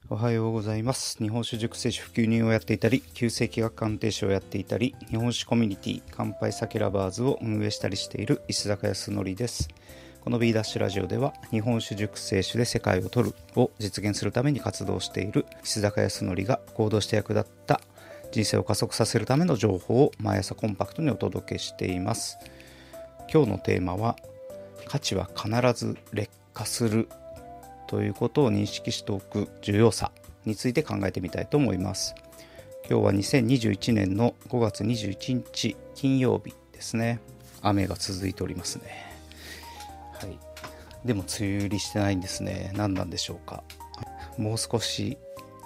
おはようございます。日本酒熟成酒普及人をやっていたり、旧世紀学鑑定士をやっていたり、日本酒コミュニティ乾杯酒ラバーズを運営したりしている石坂康則です。この B ダッシュラジオでは、日本酒熟成酒で世界を取るを実現するために活動している石坂康則が行動して役立った人生を加速させるための情報を毎朝コンパクトにお届けしています。今日のテーマは、価値は必ず劣化するということを認識しておく重要さについて考えてみたいと思います。今日は2021年の5月21日金曜日ですね。雨が続いておりますね。はい。でも梅雨入りしてないんですね。何なんでしょうか。もう少し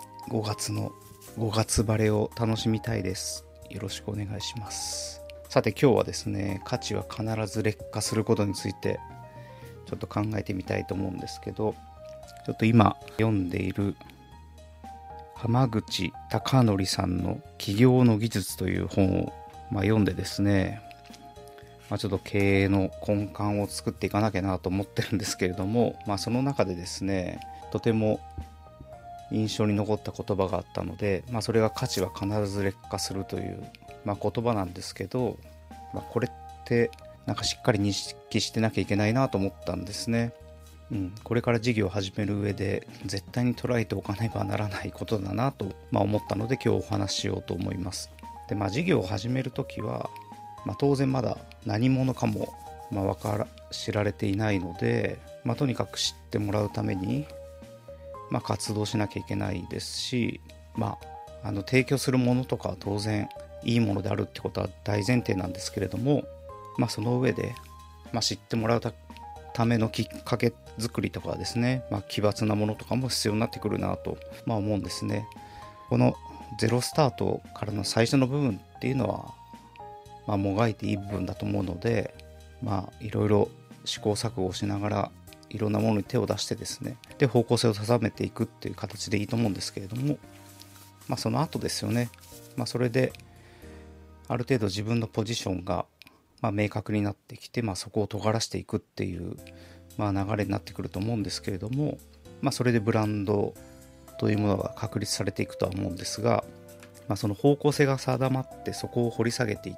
5月晴れを楽しみたいです。よろしくお願いします。さて今日はですね、価値は必ず劣化することについてちょっと考えてみたいと思うんですけど、ちょっと今読んでいる浜口貴則さんの起業の技術という本を読んでですね、ちょっと経営の根幹を作っていかなきゃなと思ってるんですけれども、その中でですね、とても印象に残った言葉があったので、それが価値は必ず劣化するという、言葉なんですけど、これってなんかしっかり認識してなきゃいけないなと思ったんですね。これから事業を始める上で絶対に捉えておかねばならないことだなと、思ったので今日お話ししようと思います。で、事業を始めるときは、当然まだ何者かも、知られていないので、とにかく知ってもらうために、活動しなきゃいけないですし、提供するものとかは当然いいものであるってことは大前提なんですけれども、その上で、知ってもらうためのきっかけ作りとかですね、奇抜なものとかも必要になってくるなと、思うんですね。このゼロスタートからの最初の部分っていうのは、もがいていい部分だと思うので、いろいろ試行錯誤しながらいろんなものに手を出してですね、で方向性を定めていくっていう形でいいと思うんですけれども、その後ですよね。それである程度自分のポジションが明確になってきて、そこを尖らしていくっていう、流れになってくると思うんですけれども、それでブランドというものが確立されていくとは思うんですが、その方向性が定まってそこを掘り下げていった、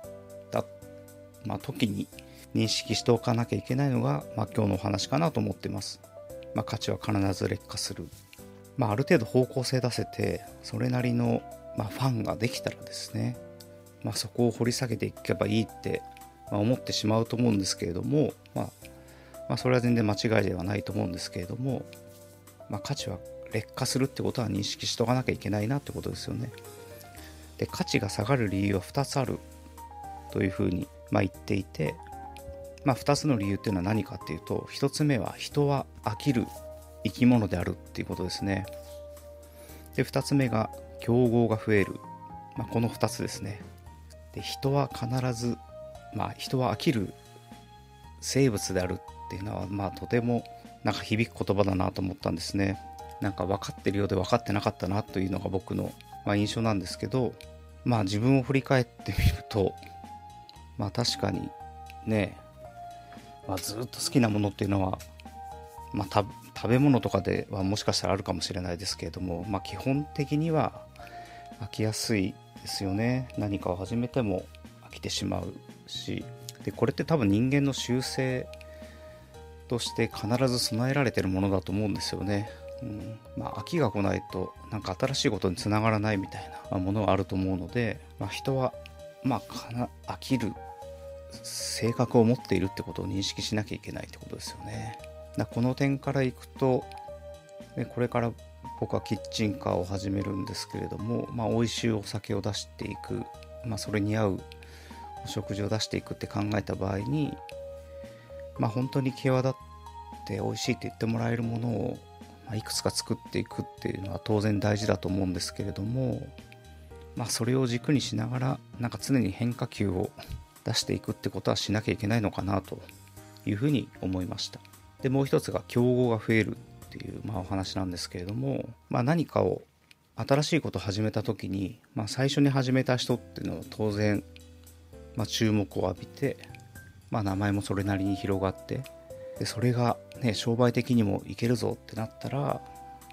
時に認識しておかなきゃいけないのが、今日のお話かなと思っています。価値は必ず劣化する。ある程度方向性出せてそれなりの、ファンができたらですね、そこを掘り下げていけばいいって思ってしまうと思うんですけれども、それは全然間違いではないと思うんですけれども、価値は劣化するってことは認識しておかなきゃいけないなってことですよね。で、価値が下がる理由は2つあるというふうに言っていて、2つの理由っていうのは何かっていうと、1つ目は人は飽きる生き物であるっていうことですね。で、2つ目が競合が増える、この2つですね。で、人は必ず、人は飽きる生物であるっていうのは、とてもなんか響く言葉だなと思ったんですね。なんか分かってるようで分かってなかったなというのが僕の、印象なんですけど、自分を振り返ってみると、確かにね、ずっと好きなものっていうのは、食べ物とかではもしかしたらあるかもしれないですけれども、基本的には飽きやすいですよね。何かを始めても飽きてしまうし、でこれって多分人間の習性として必ず備えられているものだと思うんですよね。飽きが来ないとなんか新しいことにつながらないみたいなものがあると思うので、人は飽きる性格を持っているってことを認識しなきゃいけないってことですよね。この点からいくと、これから僕はキッチンカーを始めるんですけれども、美味しいお酒を出していく、それに合うお食事を出していくって考えた場合に、本当に際立って美味しいって言ってもらえるものをいくつか作っていくっていうのは当然大事だと思うんですけれども、それを軸にしながらなんか常に変化球を出していくってことはしなきゃいけないのかなというふうに思いました。で、もう一つが競合が増えるっていう、お話なんですけれども、何かを新しいことを始めた時に、最初に始めた人っていうのは当然、注目を浴びて、名前もそれなりに広がって、でそれが、商売的にもいけるぞってなったら、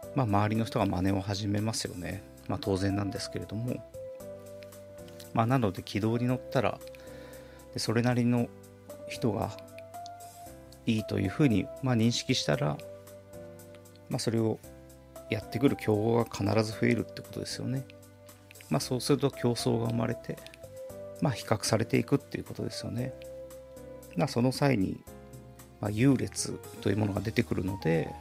周りの人が真似を始めますよね。当然なんですけれども、なので軌道に乗ったらそれなりの人がいいというふうに認識したら、それをやってくる競合が必ず増えるってことですよね。そうすると競争が生まれて、比較されていくっていうことですよね。その際に、優劣というものが出てくるので、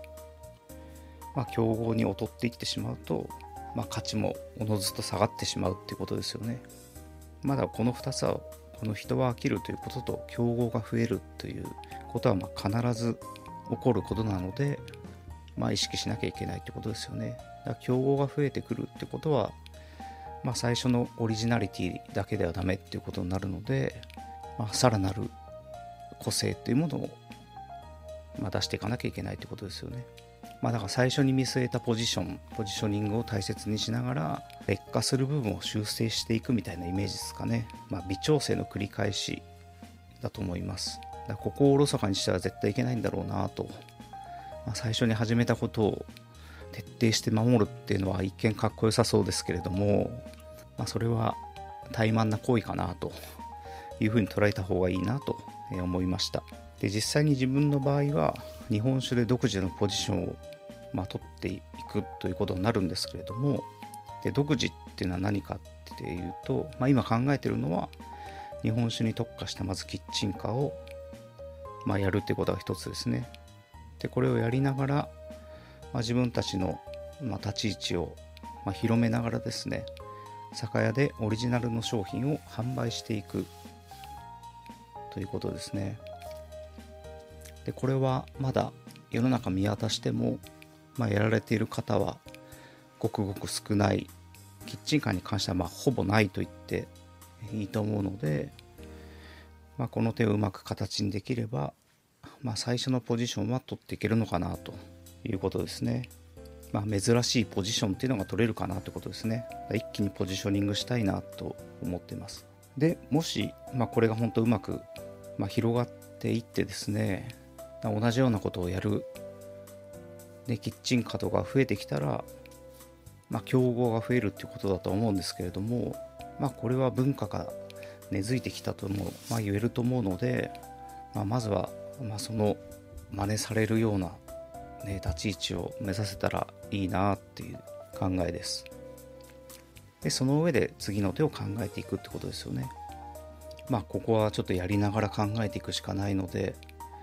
競合に劣っていってしまうと、価値もおのずと下がってしまうっていうことですよね。まだこの2つは、この人は飽きるということと競合が増えるということは必ず起こることなので、意識しなきゃいけないってことですよね。だから競合が増えてくるってことは、最初のオリジナリティだけではダメっていうことになるので、さらなる個性っていうものを、出していかなきゃいけないってことですよね。だから最初に見据えたポジショニングを大切にしながら劣化する部分を修正していくみたいなイメージですかね。微調整の繰り返しだと思います。だからここをおろそかにしては絶対いけないんだろうなと、最初に始めたことを徹底して守るっていうのは一見かっこよさそうですけれども、それは怠慢な行為かなというふうに捉えた方がいいなと思いました。で、実際に自分の場合は日本酒で独自のポジションを取っていくということになるんですけれども、で独自っていうのは何かっていうと、今考えているのは日本酒に特化したまずキッチンカーをやるっていうことが一つですね。でこれをやりながら、自分たちの立ち位置を広めながらですね、酒屋でオリジナルの商品を販売していくということですね。でこれはまだ世の中見渡しても、やられている方はごくごく少ない、キッチンカーに関してはほぼないと言っていいと思うので、この手をうまく形にできれば、最初のポジションは取っていけるのかなということですね。珍しいポジションっていうのが取れるかなということですね。一気にポジショニングしたいなと思っています。でもし、これが本当うまく、広がっていってですね、同じようなことをやるでキッチンカーとか増えてきたら、競合が増えるっていうことだと思うんですけれども、これは文化が根付いてきたとも、言えると思うので、まずは、その真似されるような、立ち位置を目指せたらいいなっていう考えです。でその上で次の手を考えていくってことですよね。ここはちょっとやりながら考えていくしかないので、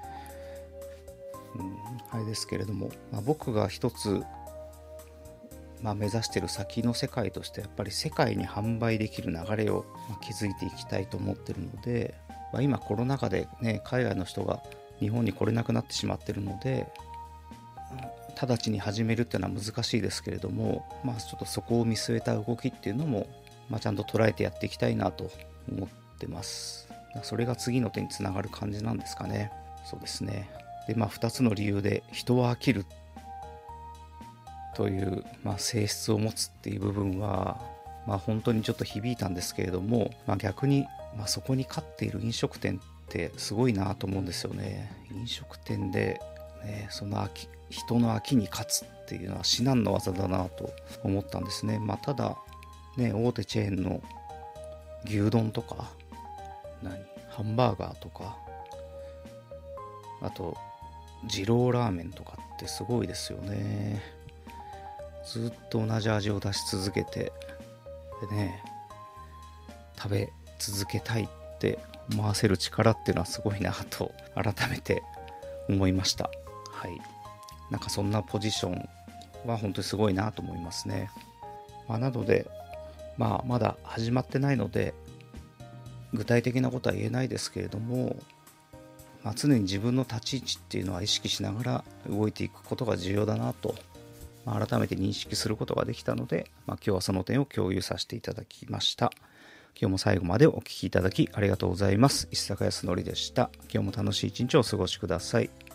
あれですけれども、僕が一つ、目指している先の世界としてやっぱり世界に販売できる流れを築いていきたいと思っているので、今コロナ禍で、海外の人が日本に来れなくなってしまっているので、直ちに始めるっていうのは難しいですけれども、ちょっとそこを見据えた動きっていうのも、ちゃんと捉えてやっていきたいなと思ってます。それが次の手につながる感じなんですかね。そうですね。で2つの理由で人は飽きるという、性質を持つっていう部分は、本当にちょっと響いたんですけれども、逆に、そこに勝っている飲食店ってすごいなと思うんですよね。飲食店で、その人の飽きに勝つっていうのは至難の業だなと思ったんですね。ただ大手チェーンの牛丼とかハンバーガーとか、あと二郎ラーメンとかってすごいですよね。ずっと同じ味を出し続けてで食べ続けたいって思わせる力っていうのはすごいなと改めて思いました。はい、そんなポジションは本当にすごいなと思いますね。なのでまだ始まってないので具体的なことは言えないですけれども、常に自分の立ち位置っていうのは意識しながら動いていくことが重要だなと、改めて認識することができたので、今日はその点を共有させていただきました。今日も最後までお聞きいただきありがとうございます。石坂康則でした。今日も楽しい一日をお過ごしください。